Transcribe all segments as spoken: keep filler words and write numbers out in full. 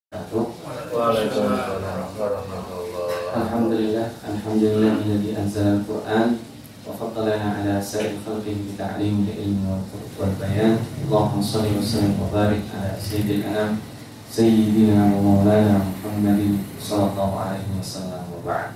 Waalaikumsalam warahmatullahi. Alhamdulillah, alhamdulillah alladzi anzala al-Qur'an wa faddalana ala sa'il khalqihi bi ta'limil ilmi wal bayan. Allahumma shalli wa sallim wa barik ala sayyidil anam sayyidina wa maulana Muhammadin sallallahu alaihi wasallam wa ba'd.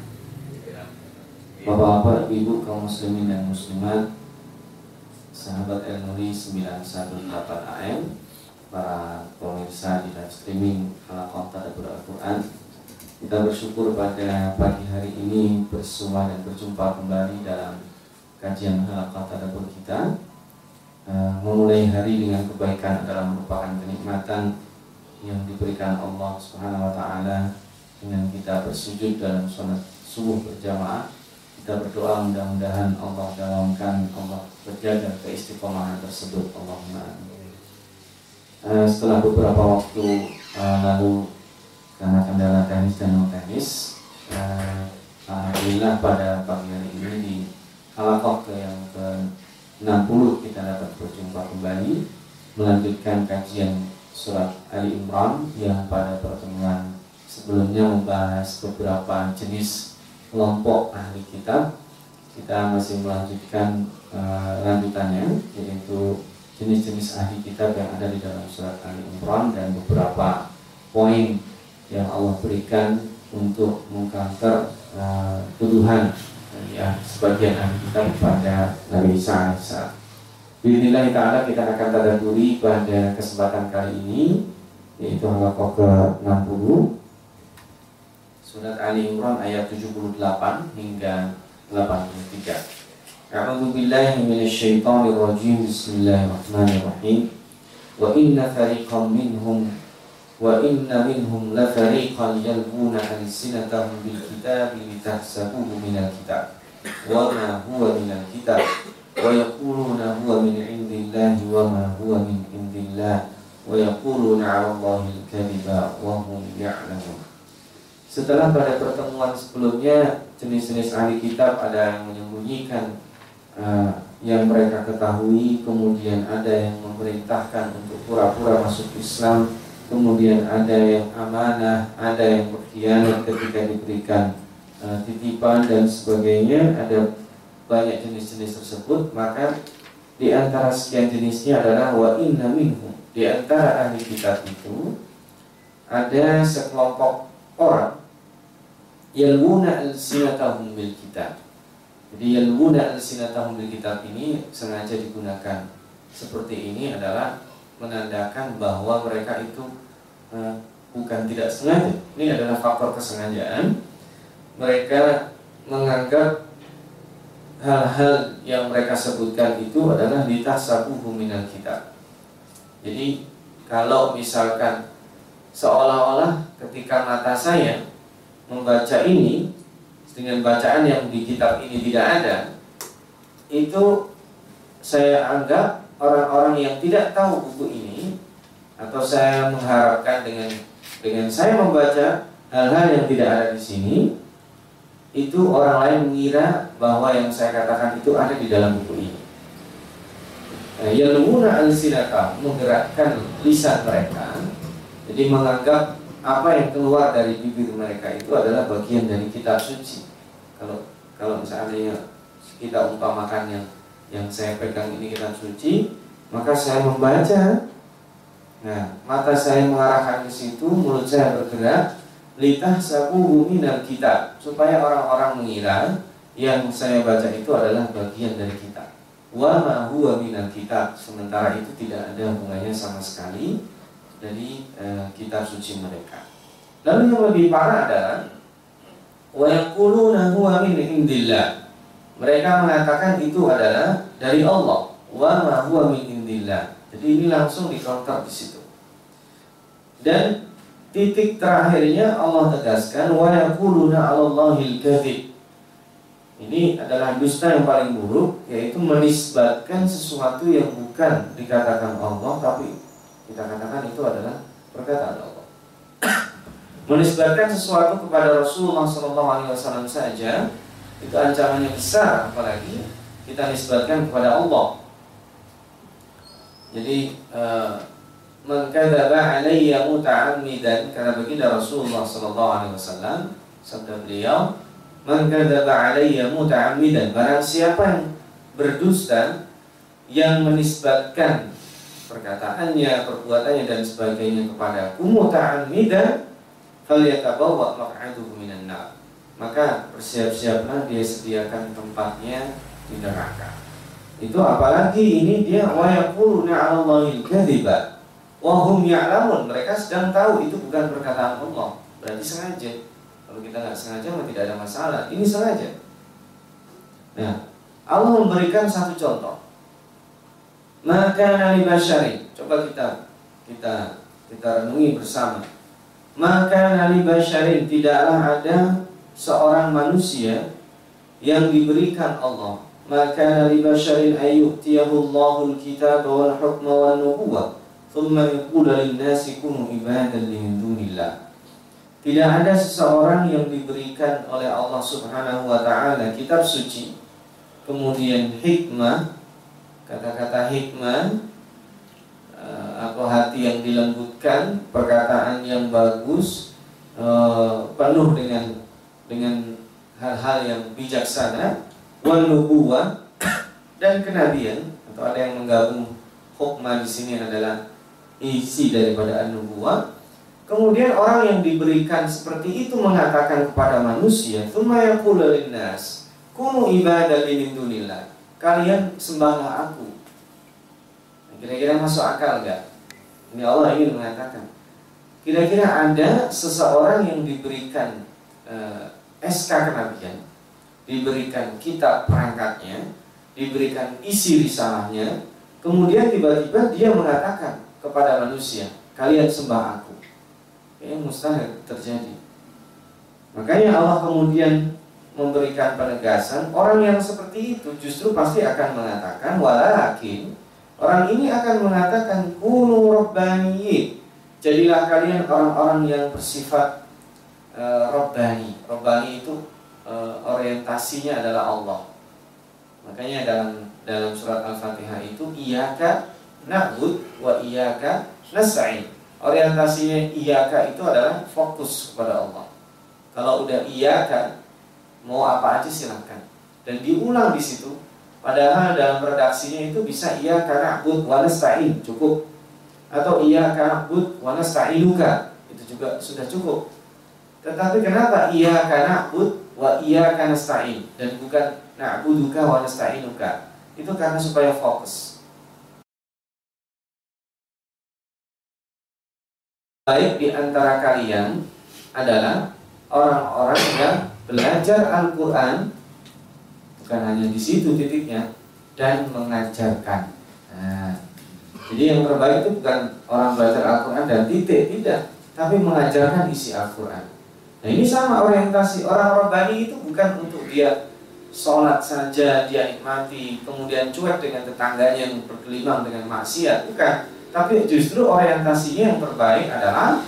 Bapak-bapak, ibu kaum muslimin dan muslimat, sahabat El-Nuri sembilan satu delapan A M, para pemirsa di live streaming Halaqah Tadabbur Al-Quran, kita bersyukur pada pagi hari ini bersua dan berjumpa kembali dalam kajian Halaqah Tadabbur kita. uh, Memulai hari dengan kebaikan adalah merupakan kenikmatan yang diberikan Allah Subhanahu wa Ta'ala. Dengan kita bersujud dalam sholat subuh berjamaah, kita berdoa mudah-mudahan Allah dalamkan, Allah berjaga keistiqomahan tersebut. Allahumma amin. Uh, setelah beberapa waktu uh, lalu karena kendala teknis dan non teknis, uh, alhamdulillah pada pagi hari ini di halaqah ke yang ke enam puluh kita dapat berjumpa kembali melanjutkan kajian surat Ali Imran yang pada pertemuan sebelumnya membahas beberapa jenis kelompok ahli kitab. Kita masih melanjutkan uh, lanjutannya, yaitu jenis-jenis ahli kitab yang ada di dalam surat Ali Imran dan beberapa poin yang Allah berikan untuk mengcounter uh, tuduhan uh, ya sebagian ahli kitab kepada Nabi Isa alaihissalam. Bismillah ta'ala kita akan tadabburi pada kesempatan kali ini, yaitu halaqah ke enam puluh surat Ali Imran ayat tujuh puluh delapan hingga delapan puluh tiga. A'udzu billahi minasy syaithanir rajim. Bismillahirrahmanirrahim. Wa inna fariqan minhum wa inna minhum la fariqan yalbuna alsinatahum bil kitabi litahsabuhu minal kitab wa ma huwa minal kitab wa yaquluna huwa min indillahi wa ma huwa min indillah wa yaquluna 'ala Allahil kadhiba wa hum ya'lamun. Setelah pada pertemuan sebelumnya jenis-jenis ahli kitab ada yang menyembunyikan Uh, yang mereka ketahui, kemudian ada yang memerintahkan untuk pura-pura masuk Islam, kemudian ada yang amanah, ada yang berkhianat ketika diberikan uh, titipan dan sebagainya. Ada banyak jenis-jenis tersebut. Maka di antara sekian jenisnya adalah wa inna minhum, di antara ahli kitab itu ada sekelompok orang yalwuna alsinatahum bil kitab. Jadi yalwuna alsinatahum bil kitab ini sengaja digunakan seperti ini adalah menandakan bahwa mereka itu uh, bukan tidak sengaja. Ini adalah faktor kesengajaan. Mereka menganggap hal-hal yang mereka sebutkan itu adalah litahsabuhu minal kitab. Jadi kalau misalkan seolah-olah ketika mata saya membaca ini dengan bacaan yang di kitab ini tidak ada, itu saya anggap orang-orang yang tidak tahu buku ini, atau saya mengharapkan dengan dengan saya membaca hal-hal yang tidak ada di sini, itu orang lain mengira bahwa yang saya katakan itu ada di dalam buku ini. Yalmuna alsinatahum, menggerakkan lisan mereka, jadi menganggap apa yang keluar dari bibir mereka itu adalah bagian dari kitab suci. Kalau kalau misalnya kita umpamakan yang yang saya pegang ini kitab suci, maka saya membaca. Nah, mata saya mengarahkan ke situ, mulut saya bergerak, litahsabuhu minal kitab, supaya orang-orang mengira yang saya baca itu adalah bagian dari kitab. Wa ma huwa minal kitab, sementara itu tidak ada hubungannya sama sekali dari uh, kitab suci mereka. Lalu yang lebih parah adalah wa yaquluna huwa min indillah. Mereka mengatakan itu adalah dari Allah. Wa ma huwa min indillah. Jadi ini langsung di-counter di situ. Dan titik terakhirnya Allah tegaskan wa yaquluna 'alallahil kadhib. Ini adalah dusta yang paling buruk, yaitu menisbatkan sesuatu yang bukan dikatakan Allah, tapi kita katakan itu adalah perkataan Allah. Menisbatkan sesuatu kepada Rasulullah shallallahu alaihi wasallam saja itu ancamannya besar, apalagi kita nisbatkan kepada Allah. Jadi eh, man kadzaba alayya muta'ammidan, karena baginda Rasulullah sallallahu alaihi wasallam, sabda beliau, man kadzaba alayya muta'ammidan, barang siapa yang berdusta, yang menisbatkan perkataannya, perbuatannya dan sebagainya kepada muta'ammidan, falyatabawwa maq'adahu minan nar, maka bersiap-siaplah dia sediakan tempatnya di neraka. Itu apalagi ini dia wa yaquluna 'alallahi al-kadziba wa hum ya'lamun, mereka sedang tahu itu bukan perkataan Allah, berarti sengaja. Kalau kita nggak sengaja mah tidak ada masalah, ini sengaja. Nah, Allah memberikan satu contoh. Maka nali basyari, coba kita kita kita renungi bersama. Maka nali basyari, tidaklah ada seorang manusia yang diberikan Allah. Maka nali basyarin ayyutiyahu Allahul kitaba wal hukma wan nubuwah thumma yaqulu lin-nasi kunu ibadan min dunillah. Tidak ada seseorang yang diberikan oleh Allah Subhanahu wa taala kitab suci, kemudian hikmah, kata-kata hikmah atau hati yang dilembutkan, perkataan yang bagus, penuh dengan dengan hal-hal yang bijaksana, wan nubuwah, dan kenabian, atau ada yang menggabung hukmah di sini adalah isi daripada an-nubuwah. Kemudian orang yang diberikan seperti itu mengatakan kepada manusia, tsumma yaqulu lin-nas kunu ibadan min dunillah, kalian sembahlah aku. Nah, kira-kira masuk akal enggak? Ini Allah ingin mengatakan, kira-kira ada seseorang yang diberikan eh, S K kenabian, diberikan kitab perangkatnya, diberikan isi risalahnya, kemudian tiba-tiba dia mengatakan kepada manusia, kalian sembah aku. Kayaknya mustahil terjadi. Makanya Allah kemudian memberikan penegasan, orang yang seperti itu justru pasti akan mengatakan, walakin, orang ini akan mengatakan, kunu rabbaniyin, jadilah kalian orang-orang yang bersifat uh, rabbani. Rabbani itu uh, orientasinya adalah Allah. Makanya dalam dalam surat Al-Fatihah itu iyyaka na'bud wa iyyaka nasta'in. Orientasinya iyyaka itu adalah fokus kepada Allah. Kalau udah iyyaka, mau apa aja silahkan. Dan diulang di situ. Padahal dalam redaksinya itu bisa iyyaka na'bud wa nasta'in, cukup. Atau iyyaka na'bud wa nasta'inuka, itu juga sudah cukup. Tetapi kenapa iyyaka na'bud wa iyyaka nasta'in dan bukan na'buduka wa nasta'inuka? Itu karena supaya fokus. Baik di antara kalian adalah orang-orang yang belajar Al-Quran, bukan hanya di situ titiknya, dan mengajarkan. Nah, jadi yang terbaik itu bukan orang belajar Al-Quran dan titik, tidak, tapi mengajarkan isi Al-Quran. Nah, ini sama orientasi orang Rabbani itu bukan untuk dia sholat saja, dia nikmati, kemudian cuek dengan tetangganya yang bergelimang dengan maksiat, bukan. Tapi justru orientasinya yang terbaik adalah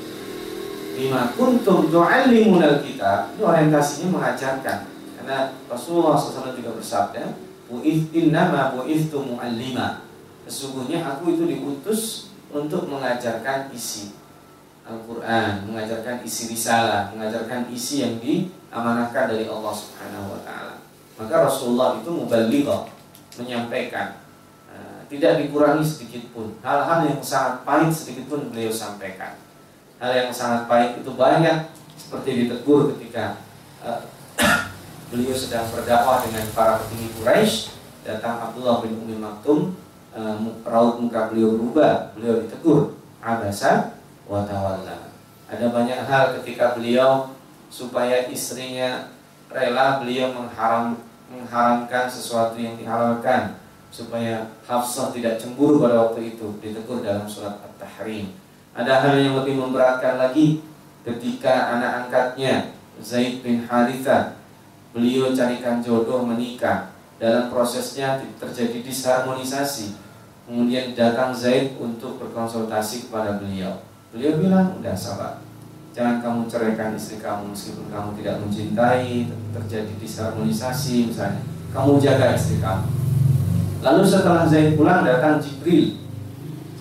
bima kuntum tu'allimunal kitab. Itu orientasinya mengajarkan. Karena Rasulullah shallallahu alaihi wasallam juga bersabda, "Innama bu'ithtu mu'allima." Sesungguhnya aku itu diutus untuk mengajarkan isi Al-Quran, mengajarkan isi risalah, mengajarkan isi yang diamanahkan dari Allah Subhanahu wa taala. Maka Rasulullah itu muballighah, menyampaikan. Tidak dikurangi sedikit pun. Hal-hal yang sangat pahit sedikit pun beliau sampaikan. Hal yang sangat pahit itu banyak, seperti ditegur ketika uh, beliau sedang berdakwah dengan para petinggi Quraisy. Datang Abdullah bin Ummi Maktum, uh, raut muka beliau berubah. Beliau ditegur, abasa wa tawalla. Ada banyak hal ketika beliau supaya istrinya rela, beliau mengharam, mengharamkan sesuatu yang dihalalkan, supaya Hafsah tidak cemburu pada waktu itu, ditegur dalam surat At-Tahrim. Ada hal yang lebih memberatkan lagi ketika anak angkatnya Zaid bin Harithah, beliau carikan jodoh menikah. Dalam prosesnya terjadi disharmonisasi. Kemudian datang Zaid untuk berkonsultasi kepada beliau. Beliau bilang, udah sabar, jangan kamu ceraikan istri kamu meskipun kamu tidak mencintai, terjadi disharmonisasi misalnya. Kamu jaga istri kamu. Lalu setelah Zaid pulang, datang Jibril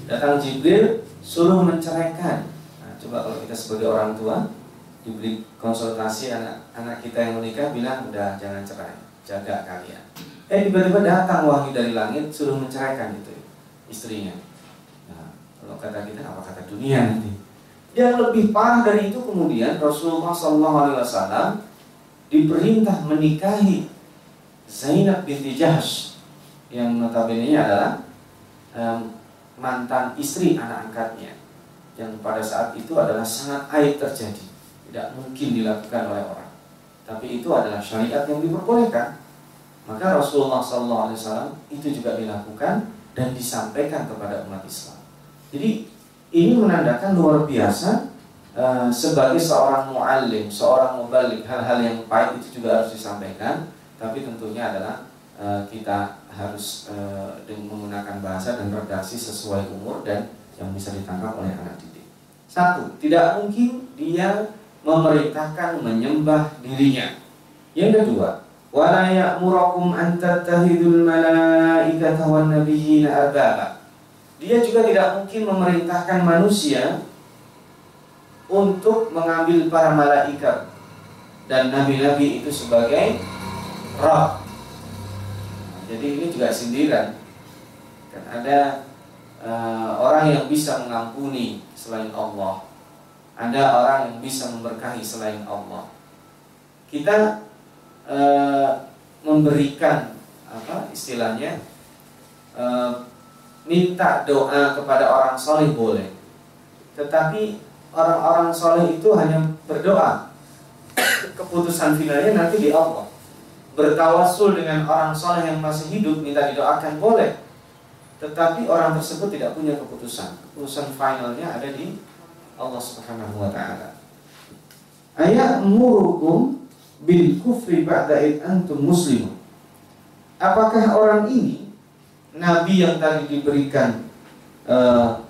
Datang Jibril suruh menceraikan. Nah, coba kalau kita sebagai orang tua diberi konsultasi anak-anak kita yang menikah, bilang udah jangan cerai, jaga kalian. Eh tiba-tiba datang wahyu dari langit suruh menceraikan itu istrinya. Nah, kalau kata kita apa kata dunia nanti? Yang lebih parah dari itu kemudian Rasulullah shallallahu alaihi wasallam diperintah menikahi Zainab binti Jahsh yang notabene adalah um, mantan istri anak angkatnya, yang pada saat itu adalah sangat aib terjadi, tidak mungkin dilakukan oleh orang, tapi itu adalah syariat yang diperbolehkan. Maka Rasulullah shallallahu alaihi wasallam itu juga dilakukan dan disampaikan kepada umat Islam. Jadi ini menandakan luar biasa uh, sebagai seorang muallim, seorang mubalik, hal-hal yang pahit itu juga harus disampaikan. Tapi tentunya adalah uh, kita harus uh, dengan menggunakan bahasa dan redaksi sesuai umur dan yang bisa ditangkap oleh anak didik. Satu, tidak mungkin dia memerintahkan menyembah dirinya. Yang kedua, wala ya'murakum an tattakhidul malaikata wan nabiyina arbaba. Dia juga tidak mungkin memerintahkan manusia untuk mengambil para malaikat dan nabi-nabi itu sebagai Rabb. Jadi ini juga sindiran. Kan ada uh, orang yang bisa mengampuni selain Allah, ada orang yang bisa memberkahi selain Allah. Kita uh, memberikan apa istilahnya, uh, minta doa kepada orang soleh boleh, tetapi orang-orang soleh itu hanya berdoa. Keputusan finalnya nanti di Allah. Bertawasul dengan orang soleh yang masih hidup, minta didoakan boleh, tetapi orang tersebut tidak punya keputusan. Keputusan finalnya ada di Allah Subhanahu wa ta'ala. Ayamurukum bil kufri ba'da id antum muslimun. Apakah orang ini, nabi yang tadi diberikan uh,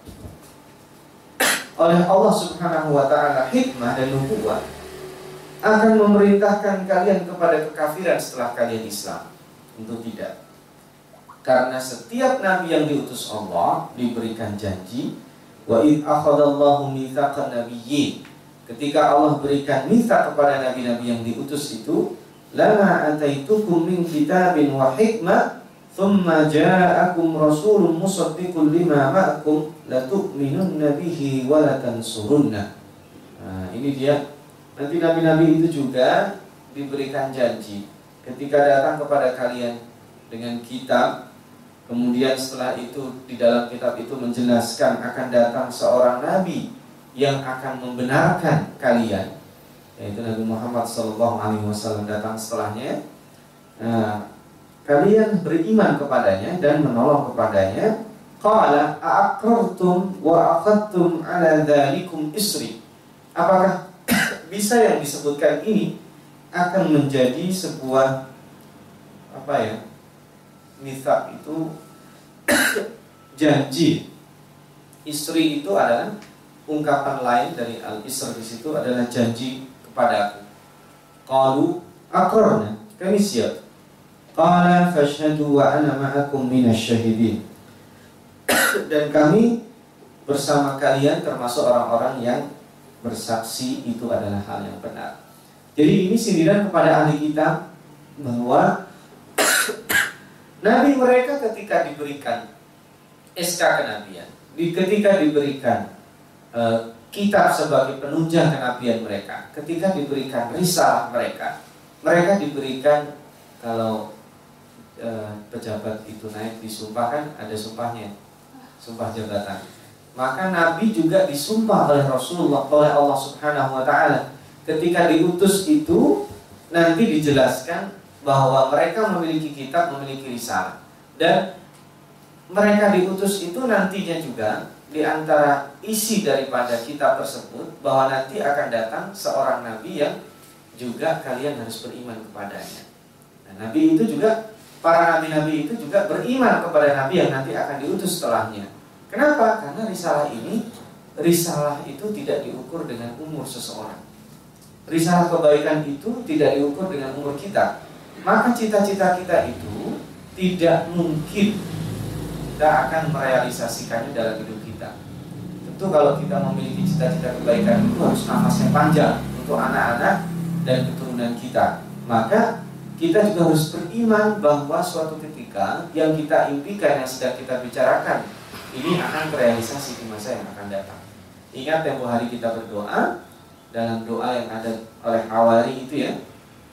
oleh Allah Subhanahu wa ta'ala hikmah dan nubuwah, akan memerintahkan kalian kepada kekafiran setelah kalian Islam? Tentu tidak. Karena setiap nabi yang diutus Allah diberikan janji, wa id akhadallahu mitsaqan nabiyyin. Ketika Allah berikan mitsaq kepada nabi-nabi yang diutus itu, lama ataitukum min kitabin wa hikmah thumma ja'akum rasulun musaddiqun lima ma'akum latu'minunna bihi wa latansurunna. Nah, ini dia. Nanti nabi-nabi itu juga diberikan janji ketika datang kepada kalian dengan kitab, kemudian setelah itu di dalam kitab itu menjelaskan akan datang seorang nabi yang akan membenarkan kalian, yaitu Nabi Muhammad shallallahu alaihi wasallam datang setelahnya. Nah, kalian beriman kepadanya dan menolong kepadanya. Qala a'aqrartum wa aqadtum ala dzalikum isri. Apakah bisa yang disebutkan ini akan menjadi sebuah apa ya, mitsaq itu janji. Istri itu adalah ungkapan lain dari al-isr, di situ adalah janji kepadaku. Qalu aqrarna, kami siap. Qala fashhadu wa ana ma'akum minasyahidin. Dan kami bersama kalian termasuk orang-orang yang bersaksi itu adalah hal yang benar. Jadi ini sindiran kepada ahli kitab bahwa nabi mereka ketika diberikan S K kenabian, ketika diberikan uh, kitab sebagai penunjang kenabian mereka, ketika diberikan risalah mereka, mereka diberikan, kalau uh, pejabat itu naik disumpah kan ada sumpahnya, sumpah jabatan. Maka Nabi juga disumpah oleh Rasulullah, oleh Allah Subhanahu wa ta'ala. Ketika diutus itu nanti dijelaskan bahwa mereka memiliki kitab, memiliki risalah. Dan mereka diutus itu nantinya juga di antara isi daripada kitab tersebut bahwa nanti akan datang seorang nabi yang juga kalian harus beriman kepadanya. Nah, nabi itu juga, para nabi-nabi itu juga beriman kepada nabi yang nanti akan diutus setelahnya. Kenapa? Karena risalah ini, risalah itu tidak diukur dengan umur seseorang. Risalah kebaikan itu tidak diukur dengan umur kita. Maka cita-cita kita itu tidak mungkin kita akan merealisasikannya dalam hidup kita. Tentu kalau kita memiliki cita-cita kebaikan itu harus nafasnya panjang untuk anak-anak dan keturunan kita. Maka kita juga harus beriman bahwa suatu ketika yang kita impikan, yang sedang kita bicarakan, ini akan terrealisasi di masa yang akan datang. Ingat tempo hari kita berdoa, dalam doa yang ada oleh Hawari itu ya,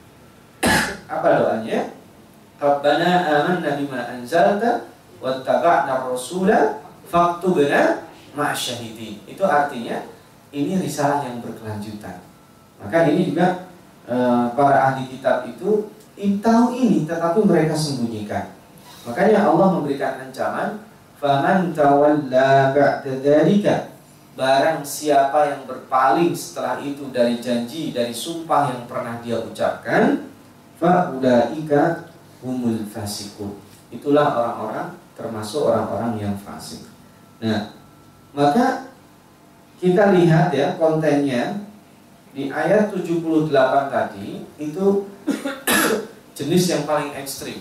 apa doanya? Rabbana amanna bima anzalta wattaba'na rasula faktubna ma'asyahidin. Itu artinya ini risalah yang berkelanjutan. Maka ini juga e, para ahli kitab itu tahu ini tetapi mereka sembunyikan. Makanya Allah memberikan ancaman, faman tawalla ba'da dzalika, barang siapa yang berpaling setelah itu dari janji, dari sumpah yang pernah dia ucapkan, fa ulaika humul fasiqun. Itulah orang-orang, termasuk orang-orang yang fasik. Nah, maka kita lihat ya kontennya di ayat tujuh puluh delapan tadi itu jenis yang paling ekstrim.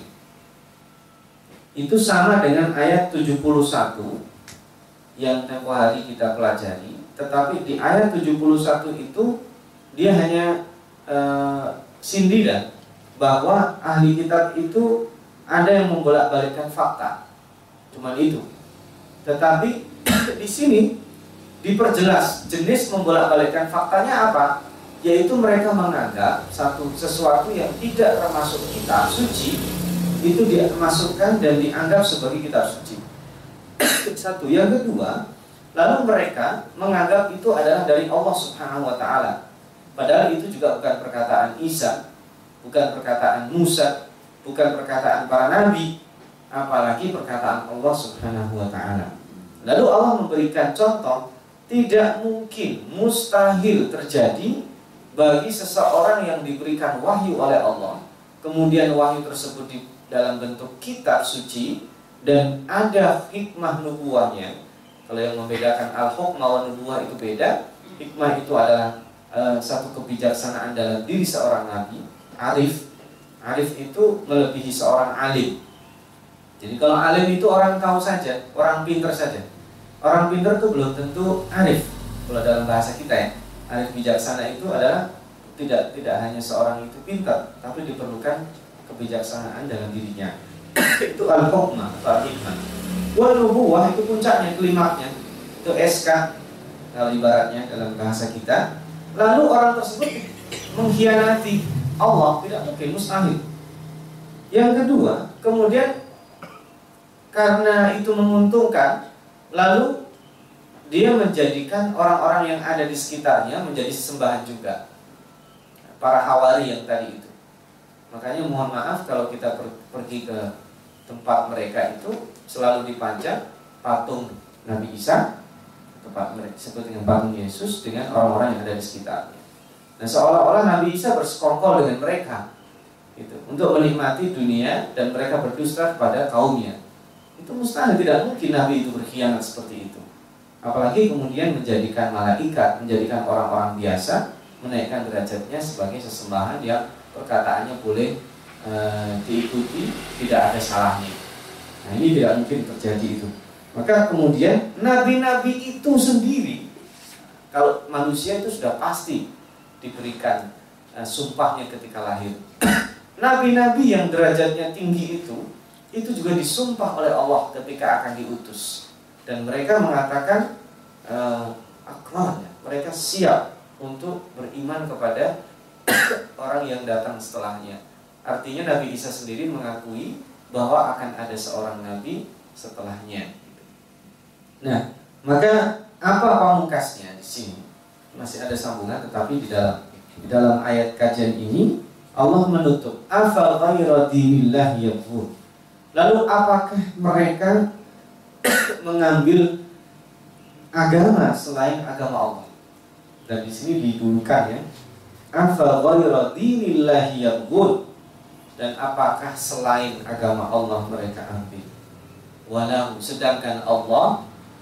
Itu sama dengan ayat tujuh puluh satu yang tempo hari kita pelajari, tetapi di ayat tujuh puluh satu itu dia hanya e, sindiran bahwa ahli kitab itu ada yang membolak-balikkan fakta. Cuma itu. Tetapi di sini diperjelas jenis membolak-balikkan faktanya apa? Yaitu mereka menganggap satu sesuatu yang tidak termasuk kitab suci itu dimasukkan dan dianggap sebagai kitab suci. Satu. Yang kedua, lalu mereka menganggap itu adalah dari Allah Subhanahu wa taala. Padahal itu juga bukan perkataan Isa, bukan perkataan Musa, bukan perkataan para nabi, apalagi perkataan Allah Subhanahu wa taala. Lalu Allah memberikan contoh, tidak mungkin, mustahil terjadi bagi seseorang yang diberikan wahyu oleh Allah, kemudian wahyu tersebut di dalam bentuk kitab suci dan ada hikmah nubuahnya. Kalau yang membedakan al-hukmah wa nubuah itu beda. Hikmah itu adalah e, satu kebijaksanaan dalam diri seorang nabi. Arif, arif itu melebihi seorang alim. Jadi kalau alim itu orang tahu saja, orang pintar saja. Orang pintar itu belum tentu arif. Kalau dalam bahasa kita ya, arif bijaksana itu adalah tidak tidak hanya seorang itu pintar, tapi diperlukan kebijaksanaan dalam dirinya. Itu al-hukmah atau al-hikmah. Wa nubuwah itu puncaknya, klimaknya. Itu S K kalau ibaratnya dalam bahasa kita. Lalu orang tersebut mengkhianati Allah, tidak mungkin, mustahil. Yang kedua, kemudian karena itu menguntungkan, lalu dia menjadikan orang-orang yang ada di sekitarnya menjadi sesembahan juga. Para Hawari yang tadi itu. Makanya mohon maaf kalau kita per pergi ke tempat mereka itu selalu dipajang patung Nabi Isa, tempat mereka disebut dengan patung Yesus, dengan orang-orang yang ada di sekitarnya. Nah, seolah-olah Nabi Isa bersekongkol dengan mereka gitu, untuk menikmati dunia dan mereka berdusta kepada kaumnya. Itu mustahil, tidak mungkin Nabi itu berkhianat seperti itu. Apalagi kemudian menjadikan malaikat, menjadikan orang-orang biasa, menaikkan derajatnya sebagai sesembahan yang perkataannya boleh e, diikuti, tidak ada salahnya. Nah, ini tidak mungkin terjadi itu. Maka kemudian nabi-nabi itu sendiri, kalau manusia itu sudah pasti diberikan e, sumpahnya ketika lahir. Nabi-nabi yang derajatnya tinggi itu, itu juga disumpah oleh Allah ketika akan diutus. Dan mereka mengatakan e, akmalnya, mereka siap untuk beriman kepada orang yang datang setelahnya. Artinya Nabi Isa sendiri mengakui bahwa akan ada seorang nabi setelahnya. Nah, maka apa pamungkasnya di sini? Masih ada sambungan, tetapi di dalam di dalam ayat kajian ini Allah menutup afa ghayra dinillahi yabghun. Lalu apakah mereka mengambil agama selain agama Allah? Dan di sini didulukan ya, afa ghayra dinillahi yabghun, dan apakah selain agama Allah mereka ambil? Walau, sedangkan Allah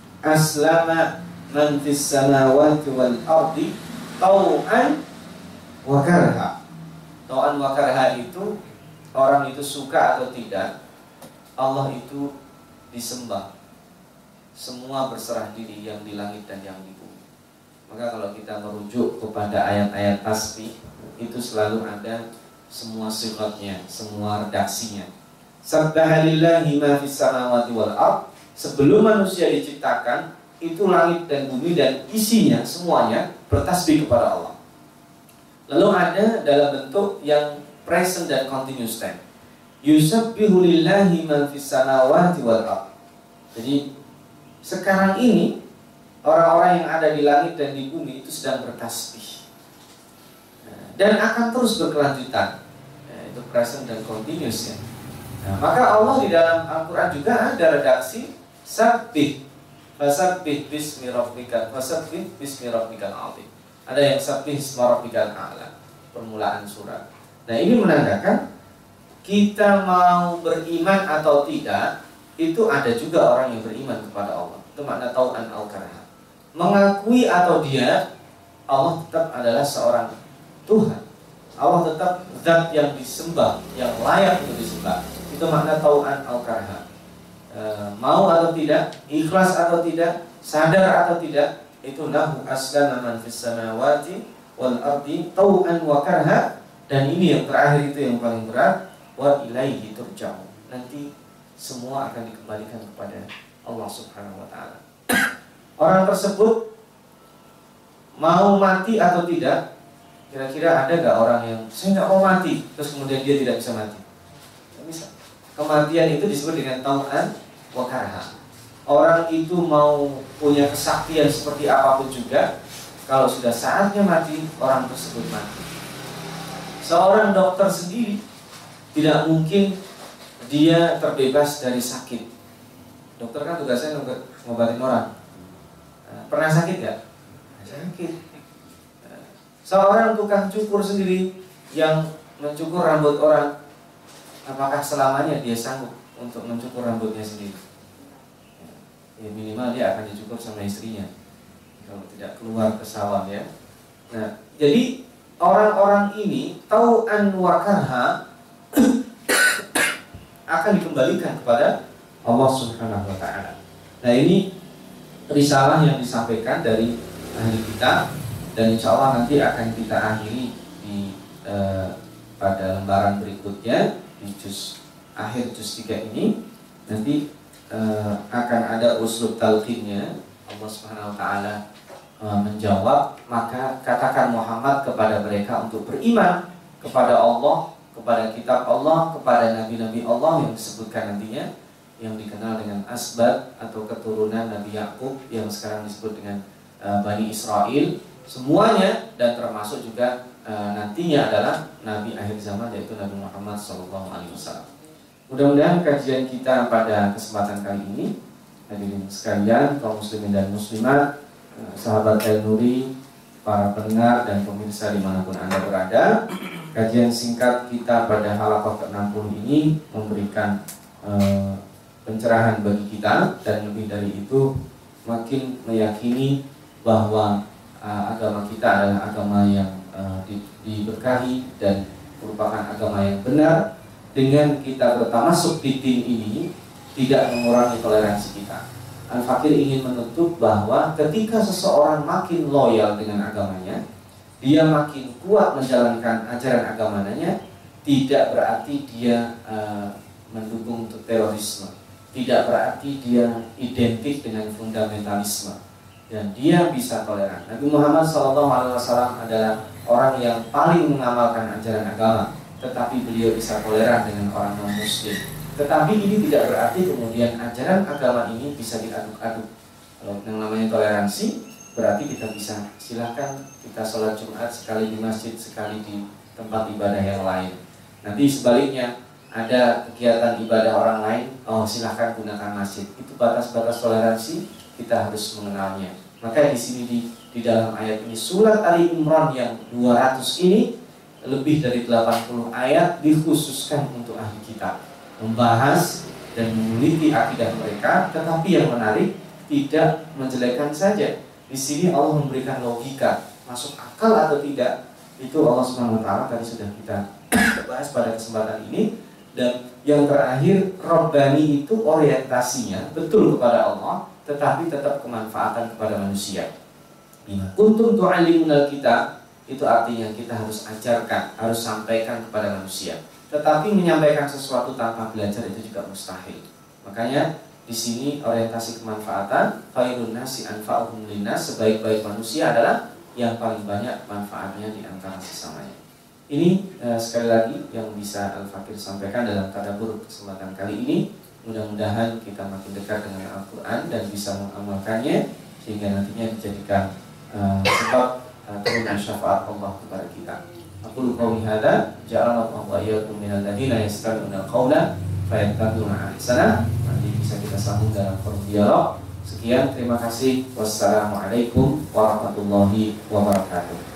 aslama man fis samawati wal ardi tau'an wa karha. Tau'an wa karha itu orang itu suka atau tidak, Allah itu disembah. Semua berserah diri, yang di langit dan yang di bumi. Maka kalau kita merujuk kepada ayat-ayat tasbih, itu selalu ada semua sifatnya, semua redaksinya. Sabbaha lillahi ma fis samawati wal ard. Sebelum manusia diciptakan, itu langit dan bumi dan isinya semuanya bertasbih kepada Allah. Lalu ada dalam bentuk yang present dan continuous tense. Yusabbihu lillahi ma fis samawati wal ard. Jadi sekarang ini orang-orang yang ada di langit dan di bumi itu sedang bertasbih dan akan terus berkelanjutan. Nah, itu present dan continuous ya. Nah, maka Allah di dalam Al-Quran juga ada redaksi sabbih, fasabbih bismi rabbikal, fasabbih bismi rabbikal azim. Ada yang sabbih isma rabbikal a'la, permulaan surat. Nah, ini menandakan kita mau beriman atau tidak, itu ada juga orang yang beriman kepada Allah. Itu makna tau'an au karha. Mengakui atau dia, Allah tetap adalah seorang Tuhan. Allah tetap zat yang disembah, yang layak untuk disembah. Itu makna tau'an au karha. E, mau atau tidak, ikhlas atau tidak, sadar atau tidak, itu lahu aslama man fis samawati wal ardi tau'an wa karha. Dan ini yang terakhir, itu yang paling berat, wa ilaihi turja'un. Nanti semua akan dikembalikan kepada Allah Subhanahu wa ta'ala. Orang tersebut mau mati atau tidak, kira-kira ada gak orang yang saya gak mau mati, terus kemudian dia tidak bisa mati? Tidak bisa. Kematian itu disebut dengan tau'an wa karha. Orang itu mau punya kesaktian seperti apapun juga, kalau sudah saatnya mati, orang tersebut mati. Seorang dokter sendiri tidak mungkin dia terbebas dari sakit. Dokter kan tugasnya ngobatin orang. Pernah sakit gak? Sakit. Seorang tukang cukur sendiri yang mencukur rambut orang, apakah selamanya dia sanggup untuk mencukur rambutnya sendiri? Ya, minimal dia akan dicukur sama istrinya kalau tidak keluar ke sawah ya. Nah, jadi orang-orang ini tau'an wa karha akan dikembalikan kepada Allah Subhanahu wa ta'ala. Nah, ini risalah yang disampaikan dari ahli kitab, dan insya Allah nanti akan kita akhiri di eh, pada lembaran berikutnya di juz akhir juz tiga ini. Nanti eh, akan ada uslub talqinnya. Allah Subhanahu wa ta'ala eh, menjawab, maka katakan Muhammad kepada mereka untuk beriman kepada Allah, kepada kitab Allah, kepada nabi-nabi Allah yang disebutkan nantinya, yang dikenal dengan asbat atau keturunan Nabi Yakub yang sekarang disebut dengan uh, Bani Israel, semuanya, dan termasuk juga uh, nantinya adalah Nabi akhir zaman, yaitu Nabi Muhammad shallallahu alaihi wasallam. Mudah-mudahan kajian kita pada kesempatan kali ini, hadirin sekalian, kaum muslimin dan muslimat, uh, sahabat El-Nuri, para pendengar dan pemirsa dimanapun Anda berada, kajian singkat kita pada halaqah ke enam puluh ini memberikan uh, pencerahan bagi kita, dan lebih dari itu makin meyakini bahwa uh, agama kita adalah agama yang uh, di, diberkahi dan merupakan agama yang benar. Dengan kita bertamasuk di din ini tidak mengurangi toleransi kita. Al-Fakir ingin menutup bahwa ketika seseorang makin loyal dengan agamanya, dia makin kuat menjalankan ajaran agamanya, tidak berarti dia uh, mendukung terorisme. Tidak berarti dia identik dengan fundamentalisme, dan dia bisa toleran. Nabi Muhammad shallallahu alaihi wasallam adalah orang yang paling mengamalkan ajaran agama, tetapi beliau bisa toleran dengan orang non-muslim. Tetapi ini tidak berarti kemudian ajaran agama ini bisa diaduk-aduk. Kalau yang namanya toleransi, berarti kita bisa silakan kita sholat Jumat sekali di masjid, sekali di tempat ibadah yang lain. Nanti sebaliknya, ada kegiatan ibadah orang lain, oh silahkan gunakan masjid. Itu batas-batas toleransi, kita harus mengenalnya. Maka di sini di, di dalam ayat ini, surat Ali Imran yang dua ratus ini, lebih dari delapan puluh ayat dikhususkan untuk ahli kitab, membahas dan meneliti akidah mereka. Tetapi yang menarik, tidak menjelekkan saja. Di sini Allah memberikan logika, masuk akal atau tidak, itu Allah subhanahu wa taala tadi sudah kita bahas pada kesempatan ini. Dan yang terakhir, Rabbani itu orientasinya betul kepada Allah, tetapi tetap kemanfaatan kepada manusia. Kuntum tu'allimunal kitab, itu artinya kita harus ajarkan, harus sampaikan kepada manusia. Tetapi menyampaikan sesuatu tanpa belajar itu juga mustahil. Makanya di sini orientasi kemanfaatan, khairun nasi anfa'uhum linnas, sebaik-baik manusia adalah yang paling banyak manfaatnya di antara sesamanya. Ini eh, sekali lagi yang bisa Al-Fakir sampaikan dalam tadabbur kesempatan kali ini. Mudah-mudahan kita makin dekat dengan Al-Quran dan bisa mengamalkannya, sehingga nantinya dijadikan eh, sebab eh, turunnya syafaat Allah kepada kita. Aku qawli hadza, ja'alana Allahu wa iyyakum minal ladzina yastami'una al-qawla fayattabi'una ahsanah. Nanti bisa kita sambung dalam forum dialog. Sekian, terima kasih. Wassalamualaikum warahmatullahi wabarakatuh.